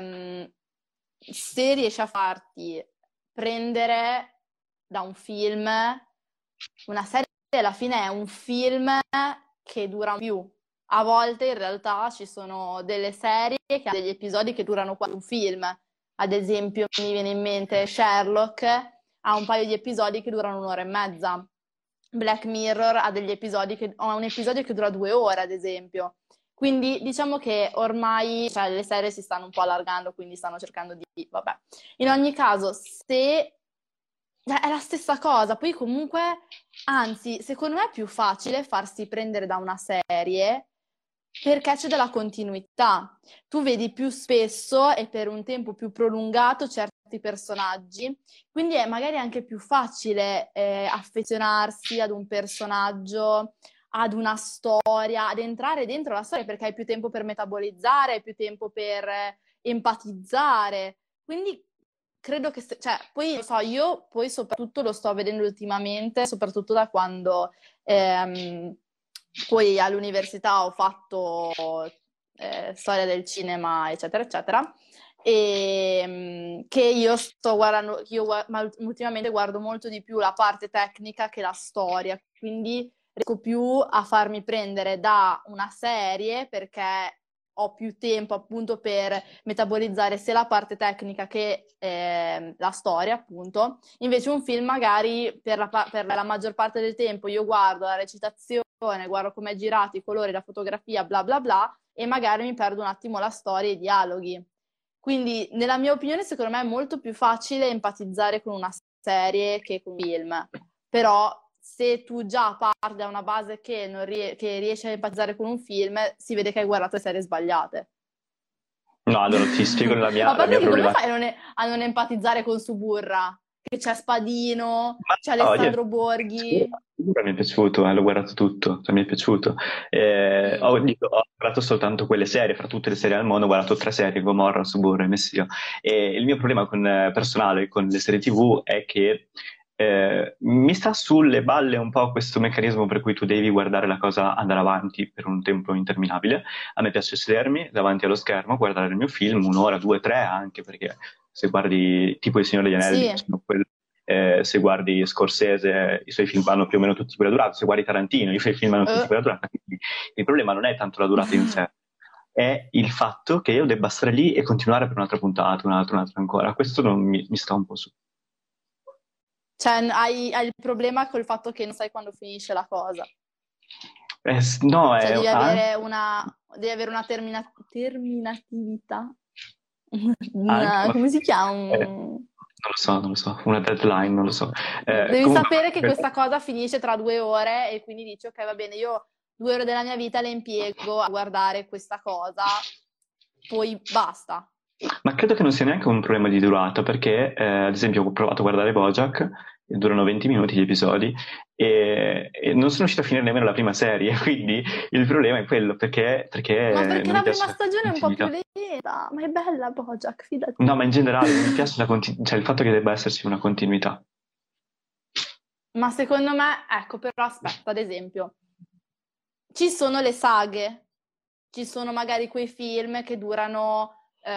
se riesci a farti prendere da un film, una serie alla fine è un film che dura più. A volte in realtà ci sono delle serie che hanno degli episodi che durano quasi un film. Ad esempio, mi viene in mente Sherlock, ha un paio di episodi che durano 1 ora e mezza. Black Mirror ha degli episodi ha un episodio che dura 2 ore, ad esempio. Quindi diciamo che ormai, cioè, le serie si stanno un po' allargando, quindi stanno cercando di... Vabbè. In ogni caso, se... è la stessa cosa, poi comunque, anzi, secondo me è più facile farsi prendere da una serie perché c'è della continuità. Tu vedi più spesso e per un tempo più prolungato certi personaggi, quindi è magari anche più facile affezionarsi ad un personaggio, ad una storia, ad entrare dentro la storia perché hai più tempo per metabolizzare, hai più tempo per empatizzare. Quindi credo che, cioè, poi lo so, io poi soprattutto lo sto vedendo ultimamente, soprattutto da quando poi all'università ho fatto storia del cinema, eccetera, eccetera, e che io sto guardando, ma ultimamente guardo molto di più la parte tecnica che la storia, quindi riesco più a farmi prendere da una serie perché ho più tempo appunto per metabolizzare sia la parte tecnica che la storia, appunto. Invece un film magari per la maggior parte del tempo io guardo la recitazione, guardo come è girato, i colori, la fotografia, bla bla bla, e magari mi perdo un attimo la storia e i dialoghi. Quindi, nella mia opinione, secondo me è molto più facile empatizzare con una serie che con un film. Però se tu già parti da una base che riesci a empatizzare con un film, si vede che hai guardato le serie sbagliate. No, allora ti spiego la mia A parte che come problematica. fai a non empatizzare con Suburra? Che c'è Spadino, Ma c'è no, Alessandro Borghi. Mi è piaciuto, l'ho guardato tutto, cioè, mi è piaciuto. Ho guardato soltanto quelle serie, fra tutte le serie al mondo, ho guardato 3 serie, Gomorra, Suburra e Messia. E il mio problema personale con le serie TV è che mi sta sulle balle un po' questo meccanismo per cui tu devi guardare la cosa andare avanti per un tempo interminabile. A me piace sedermi davanti allo schermo, guardare il mio film, 1 ora, 2, 3, anche perché se guardi tipo Il Signore degli Anelli, Sì. se guardi Scorsese, i suoi film hanno più o meno tutti quella durata, se guardi Tarantino, i suoi film hanno tutti quella durata. Quindi il problema non è tanto la durata in sé, è il fatto che io debba stare lì e continuare per un'altra puntata, un'altra ancora. Questo non mi sta un po' su. Cioè, hai il problema col fatto che non sai quando finisce la cosa. No, Cioè, devi avere una terminatività. Come si chiama? Non lo so, una deadline, non lo so. Devi Comunque, sapere che questa cosa finisce tra 2 ore e quindi dici, ok, va bene, io 2 ore della mia vita le impiego a guardare questa cosa, poi basta. Ma credo che non sia neanche un problema di durata, perché ad esempio ho provato a guardare BoJack, e durano 20 minuti gli episodi, e non sono riuscito a finire nemmeno la prima serie, quindi il problema è quello, perché Ma perché non mi la piace prima stagione è un po' più continuità. lenta, ma è bella BoJack, fidati. No, ma in generale non mi piace cioè il fatto che debba esserci una continuità. Ma secondo me, ecco, però aspetta, ad esempio, ci sono le saghe, ci sono magari quei film che durano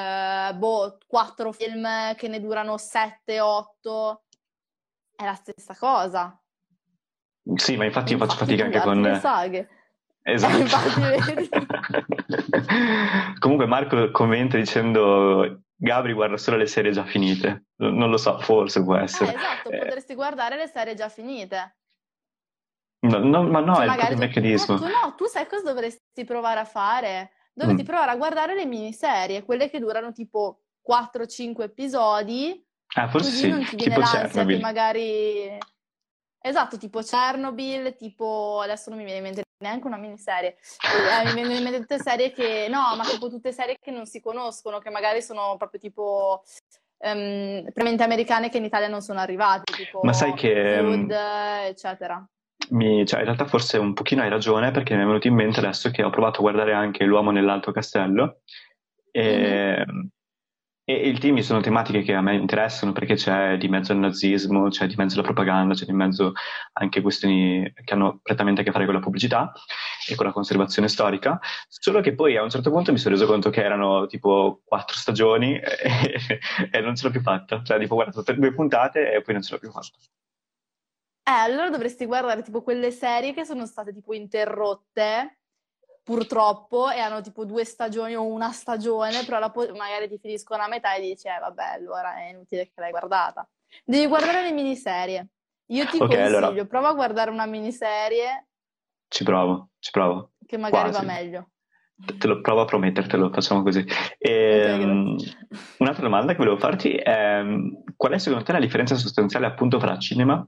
4 film che ne durano 7, 8, è la stessa cosa. Sì, ma infatti io faccio Infatti fatica tu anche guardi con... le saghe. Esatto. Infatti, vedi. Comunque Marco commenta dicendo Gabri guarda solo le serie già finite. Non lo so, forse può essere. Esatto, potresti guardare le serie già finite. Ma no, Cioè è il proprio magari meccanismo. tu no, tu sai cosa dovresti provare a fare? Dovresti Mm. provare a guardare le miniserie, quelle che durano tipo 4-5 episodi, Forse così non sì, ti viene tipo l'ansia che Chernobyl. magari... Esatto, tipo Chernobyl, tipo... Adesso non mi viene in mente neanche una miniserie. Mi vengono in mente tutte serie che... No, ma tipo tutte serie che non si conoscono, che magari sono proprio tipo... prettamente americane che in Italia non sono arrivate, Ma sai tipo che Hood, eccetera. cioè, in realtà forse un pochino hai ragione perché mi è venuto in mente adesso che ho provato a guardare anche L'uomo nell'altro castello Mhm. e, e il team sono tematiche che a me interessano perché c'è di mezzo il nazismo, c'è di mezzo la propaganda, c'è di mezzo anche questioni che hanno prettamente a che fare con la pubblicità e con la conservazione storica, solo che poi a un certo punto mi sono reso conto che erano tipo 4 stagioni e non ce l'ho più fatta, cioè tipo ho guardato per 2 puntate e poi non ce l'ho più fatta. Allora dovresti guardare tipo quelle serie che sono state tipo interrotte, purtroppo, e hanno tipo 2 stagioni o una stagione, però magari ti finiscono a metà e dici, vabbè, allora è inutile che l'hai guardata. Devi guardare le miniserie. Io ti Ok, allora consiglio, prova a guardare una miniserie ci provo, che magari va quasi. meglio. Te lo provo a promettertelo, facciamo così. Ok, grazie. Un'altra domanda che volevo farti è qual è secondo te la differenza sostanziale appunto fra cinema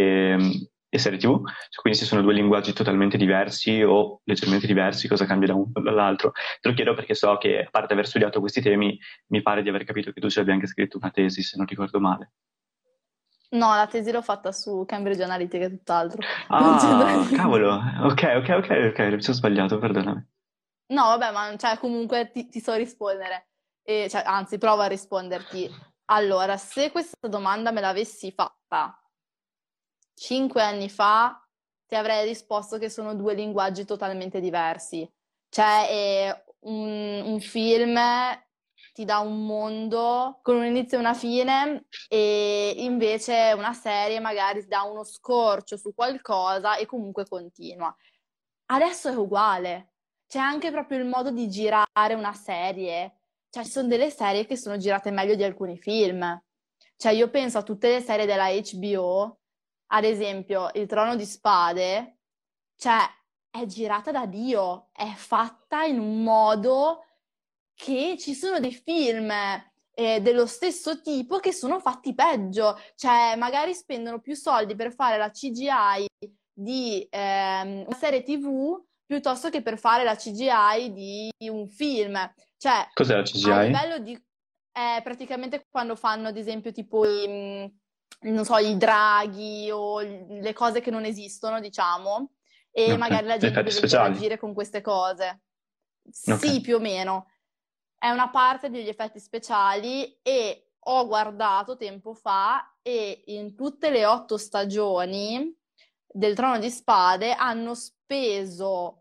e serie TV? Cioè, quindi se sono due linguaggi totalmente diversi o leggermente diversi, cosa cambia da uno dall'altro? Te lo chiedo perché so che, a parte aver studiato questi temi, mi pare di aver capito che tu ci abbia anche scritto una tesi, se non ricordo male. No, la tesi l'ho fatta su Cambridge Analytica e tutt'altro. Non c'entra Ah, niente. cavolo, ok, mi sono sbagliato, perdonami. No, vabbè, ma cioè, comunque ti so rispondere. Cioè, anzi, provo a risponderti. Allora, se questa domanda me l'avessi fatta 5 anni fa, ti avrei risposto che sono due linguaggi totalmente diversi. Cioè, un film ti dà un mondo con un inizio e una fine, e invece una serie magari ti dà uno scorcio su qualcosa e comunque continua. Adesso è uguale. C'è anche proprio il modo di girare una serie. Cioè, ci sono delle serie che sono girate meglio di alcuni film. Cioè, io penso a tutte le serie della HBO, ad esempio, Il Trono di Spade, cioè, è girata da Dio, è fatta in un modo che ci sono dei film dello stesso tipo che sono fatti peggio. Cioè, magari spendono più soldi per fare la CGI di una serie TV piuttosto che per fare la CGI di un film. Cioè, Cos'è la a CGI? livello di... praticamente quando fanno, ad esempio, tipo non so, i draghi o le cose che non esistono, diciamo, e Ok, magari la gente effetti deve speciali. interagire con queste cose. Ok. Sì, più o meno. È una parte degli effetti speciali e ho guardato tempo fa e in tutte le 8 stagioni del Trono di Spade hanno speso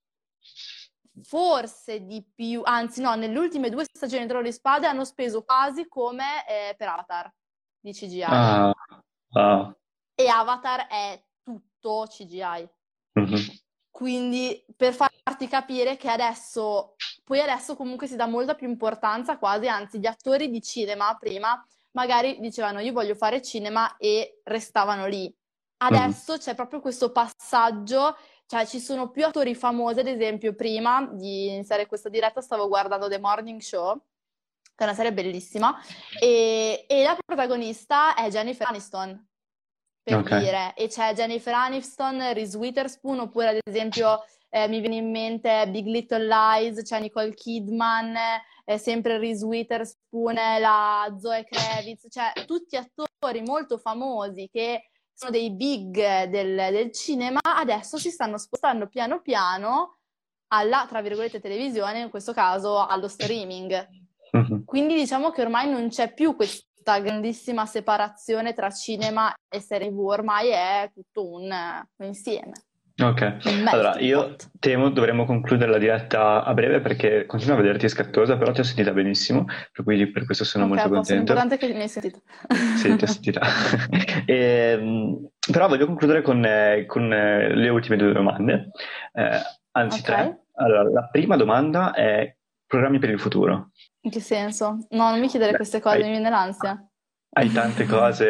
forse di più, anzi no, nelle ultime 2 stagioni del Trono di Spade hanno speso quasi come per Avatar di CGI. Ah, wow. E Avatar è tutto CGI. Mhm. Quindi per farti capire che adesso comunque si dà molta più importanza quasi, anzi gli attori di cinema prima magari dicevano io voglio fare cinema e restavano lì. Mhm. Adesso c'è proprio questo passaggio, cioè ci sono più attori famosi, ad esempio prima di iniziare questa diretta stavo guardando The Morning Show, che è una serie bellissima, e la protagonista è Jennifer Aniston, per Ok. dire, e c'è Jennifer Aniston, Reese Witherspoon, oppure ad esempio mi viene in mente Big Little Lies, c'è Nicole Kidman, sempre Reese Witherspoon, la Zoe Kravitz, cioè tutti attori molto famosi che sono dei big del cinema, adesso si stanno spostando piano piano alla, tra virgolette, televisione, in questo caso allo streaming. Mhm. Quindi diciamo che ormai non c'è più questa grandissima separazione tra cinema e serie TV, ormai è tutto un insieme, Ok, un allora melting io pot. temo dovremmo concludere la diretta a breve perché continuo a vederti scattosa, però ti ho sentita benissimo, per questo sono Ok, molto a posto, contento. l'importante è che mi hai sentito. Sì, ti ho sentita. Però voglio concludere con le ultime due domande, eh, anzi Ok? tre. Allora, la prima domanda è programmi per il futuro. In che senso? No, non mi chiedere Beh, queste cose, mi viene l'ansia. hai tante cose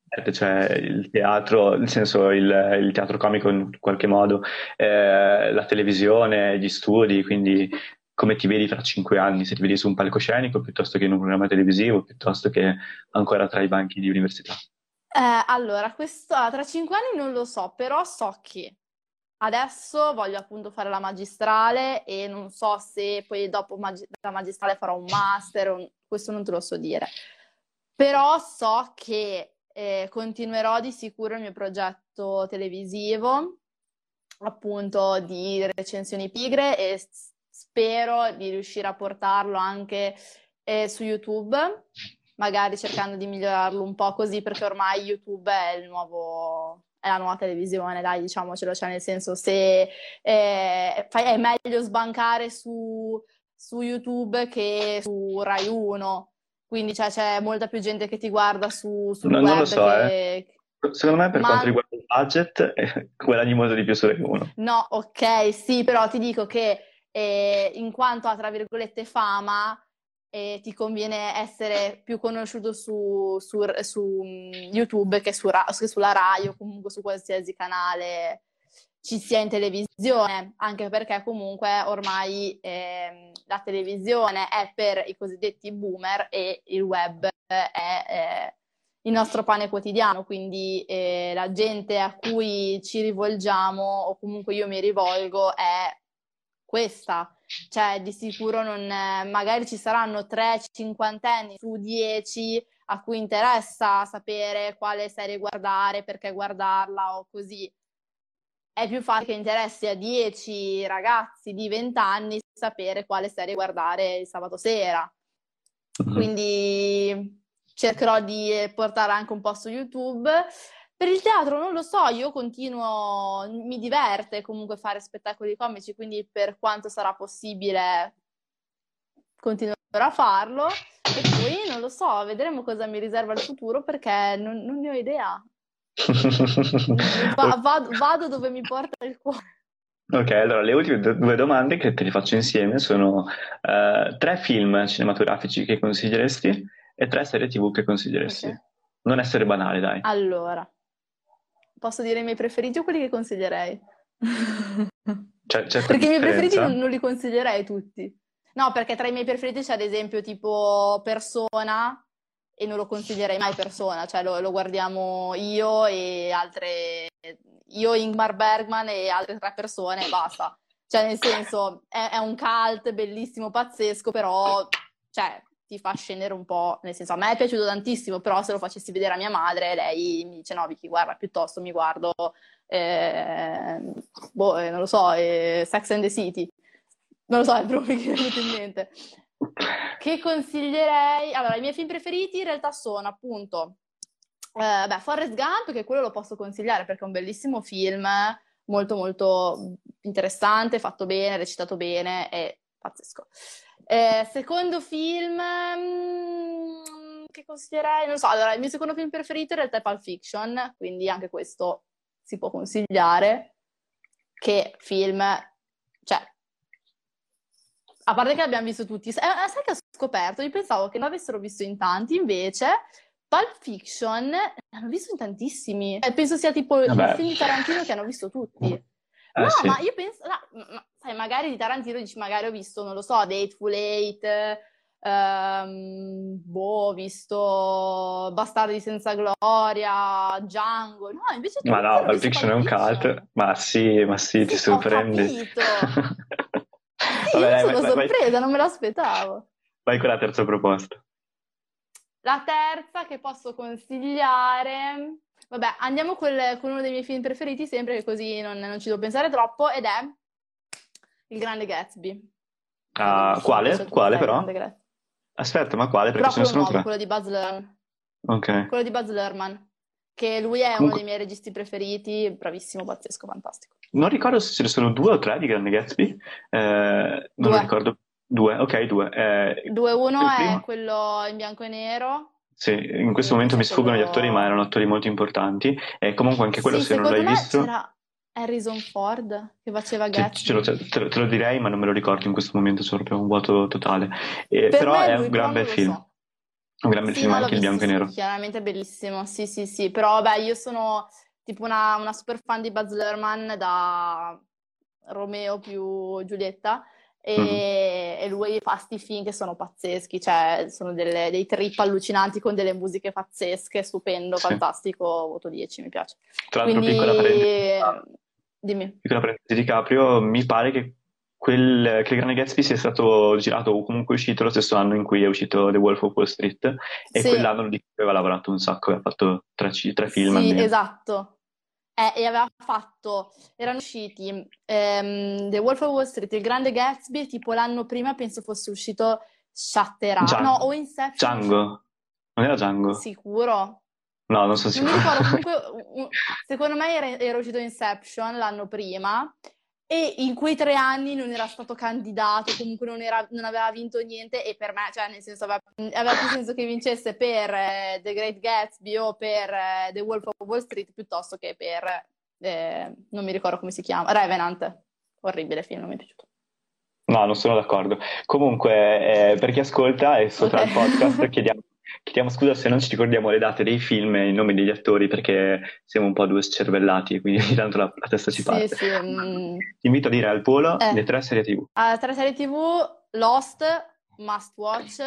cioè il teatro, nel senso il teatro comico in qualche modo, la televisione, gli studi, quindi come ti vedi fra 5 anni, se ti vedi su un palcoscenico piuttosto che in un programma televisivo, piuttosto che ancora tra i banchi di università. Allora, questo tra 5 anni non lo so, però so che adesso voglio appunto fare la magistrale e non so se poi dopo la magistrale farò un master, questo non te lo so dire. Però so che continuerò di sicuro il mio progetto televisivo, appunto di recensioni pigre, e spero di riuscire a portarlo anche su YouTube, magari cercando di migliorarlo un po' così, perché ormai YouTube è la nuova televisione, dai, diciamocelo, cioè nel senso, se è meglio sbancare su YouTube che su Rai 1, quindi cioè, c'è molta più gente che ti guarda sul Non lo web so, che... Secondo me per Ma quanto riguarda il budget, guadagni molto di più su Rai 1. no, ok, sì, però ti dico che in quanto a, tra virgolette, fama, ti conviene essere più conosciuto su YouTube che sulla Rai o comunque su qualsiasi canale ci sia in televisione, anche perché comunque ormai la televisione è per i cosiddetti boomer e il web è il nostro pane quotidiano, quindi la gente a cui ci rivolgiamo o comunque io mi rivolgo è questa. Cioè di sicuro magari ci saranno 3 cinquantenni su 10 a cui interessa sapere quale serie guardare, perché guardarla o così. È più facile che interessi a 10 ragazzi di 20 anni sapere quale serie guardare il sabato sera. Quindi cercherò di portare anche un po' su YouTube. Per il teatro non lo so, io continuo, mi diverte comunque fare spettacoli comici, quindi per quanto sarà possibile continuerò a farlo, e poi non lo so, vedremo cosa mi riserva il futuro, perché non ne ho idea. Vado dove mi porta il cuore. Ok, allora le ultime due domande che te le faccio insieme sono 3 film cinematografici che consiglieresti e 3 serie TV che consiglieresti. Ok. Non essere banale, dai. Allora, posso dire i miei preferiti o quelli che consiglierei? C'è Perché i miei preferiti differenza? non li consiglierei tutti. No, perché tra i miei preferiti c'è ad esempio tipo Persona, e non lo consiglierei mai Persona, cioè lo guardiamo io e io, Ingmar Bergman e altre 3 persone e basta. Cioè nel senso è un cult bellissimo, pazzesco, però cioè ti fa scendere un po', nel senso a me è piaciuto tantissimo, però se lo facessi vedere a mia madre, lei mi dice no Vicky, guarda, piuttosto mi guardo non lo so, Sex and the City. Non lo so, è proprio che mi è venuto in mente. Che consiglierei? Allora, i miei film preferiti in realtà sono appunto Forrest Gump, che quello lo posso consigliare perché è un bellissimo film, molto molto interessante, fatto bene, recitato bene, è pazzesco. Secondo film che consiglierei? Non lo so, allora il mio secondo film preferito in realtà è Pulp Fiction, quindi anche questo si può consigliare. Che film, cioè, a parte che l'abbiamo visto tutti, sai che ho scoperto? Io pensavo che non avessero visto in tanti, invece Pulp Fiction l'hanno visto in tantissimi. Penso sia tipo il film di Tarantino che hanno visto tutti. No, sì. ma io penso, sai, magari di Tarantino dici, magari ho visto, non lo so, The Hateful Eight, ho visto Bastardi senza gloria, Django. No, invece Ma tutti no, hanno Pulp visto Fiction Pulp è un Fiction. cult. Ma sì, ti Sì, ho sorprendi. capito. Sì, Vabbè, io dai, sono sorpresa, non me l'aspettavo. vai con la terza proposta. La terza che posso consigliare, vabbè, andiamo con uno dei miei film preferiti sempre, che così non ci devo pensare troppo, ed è Il Grande Gatsby. Quale? Quale però? Grande Aspetta, ma quale? Perché Però ce ne quello sono nuovo, 3. quello di Buzz Lerman. Ok. Quello di Buzz Lerman, che lui è uno Comunque, dei miei registi preferiti, bravissimo, pazzesco, fantastico. non ricordo se ce ne sono 2 o 3 di Grande Gatsby. Non lo Due. ricordo. 2, ok, 2. 2-1 Il è primo? quello in bianco e nero. Sì, in questo E momento mi invece sfuggono gli attori, ma quello... erano attori molto importanti. E comunque anche quello, Sì, se non l'hai secondo me visto, c'era Harrison Ford che faceva te lo direi, ma non me lo ricordo in questo momento, sono proprio un vuoto totale. Per Però me è è un lui, gran però bel non lo film. so. Un gran bel Sì, film, no, l'ho anche il visto, bianco e nero. chiaramente bellissimo. Sì, sì, sì. Però, vabbè, io sono tipo una super fan di Baz Luhrmann da Romeo più Giulietta Mhm. e lui fa sti film che sono pazzeschi, cioè sono dei trip allucinanti con delle musiche pazzesche, stupendo, Sì. fantastico, voto 10, mi piace. Tra l'altro, Quindi, dimmi. piccola parentesi di Caprio, mi pare che che il Grande Gatsby sia stato girato o comunque uscito lo stesso anno in cui è uscito The Wolf of Wall Street, e Sì, quell'anno lui aveva lavorato un sacco, aveva fatto tre film sì, almeno. esatto. E aveva fatto, erano usciti The Wolf of Wall Street, Il Grande Gatsby, tipo l'anno prima penso fosse uscito Shutter Island, no, o Inception, Django? Non era Django? sicuro. No, non sono Non mi sicuro. ricordo, comunque, secondo me era uscito Inception l'anno prima e in quei 3 anni non era stato candidato, comunque non aveva vinto niente e per me, cioè nel senso aveva più senso che vincesse per The Great Gatsby o per The Wolf of Wall Street piuttosto che per, non mi ricordo come si chiama, Revenant. Orribile film, non mi è piaciuto. No, non sono d'accordo. Comunque, per chi ascolta e sopra il podcast, Ok. chiediamo scusa se non ci ricordiamo le date dei film e i nomi degli attori, perché siamo un po' due scervellati e quindi ogni tanto la testa ci Sì, parte. sì. Ti invito a dire al volo le Eh. 3 serie TV. Tra serie TV, Lost, Must Watch,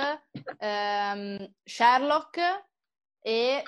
Sherlock e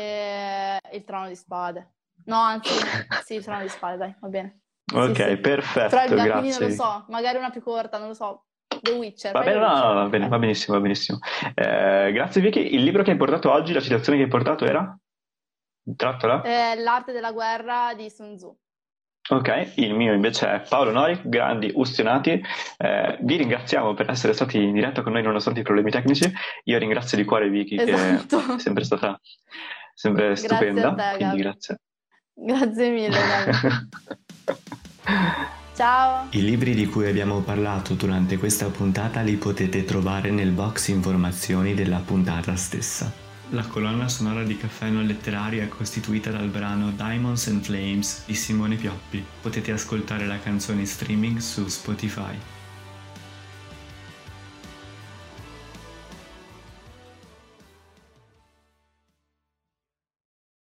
Il Trono di Spade. No, anzi, sì, Il Trono di Spade, dai, va bene. Sì, Ok, sì. perfetto, Quindi non lo grazie. so, magari una più corta, non lo so. The Witcher, Va fai bene, The no, Witcher. no, va bene, Vai. va benissimo, va benissimo. Grazie Vicky. Il libro che hai portato oggi, la citazione che hai portato era? Trattola? L'arte della guerra di Sun Tzu. Ok, il mio invece è Paolo Nori, grandi ustionati. Vi ringraziamo per essere stati in diretta con noi nonostante i problemi tecnici. Io ringrazio di cuore Vicky, che è Esatto. sempre stata sempre Grazie a stupenda, te, quindi Gab. grazie. Grazie mille, Gab. Ciao. I libri di cui abbiamo parlato durante questa puntata li potete trovare nel box informazioni della puntata stessa. La colonna sonora di Caffè Non Letterario è costituita dal brano Diamonds and Flames di Simone Pioppi. Potete ascoltare la canzone in streaming su Spotify.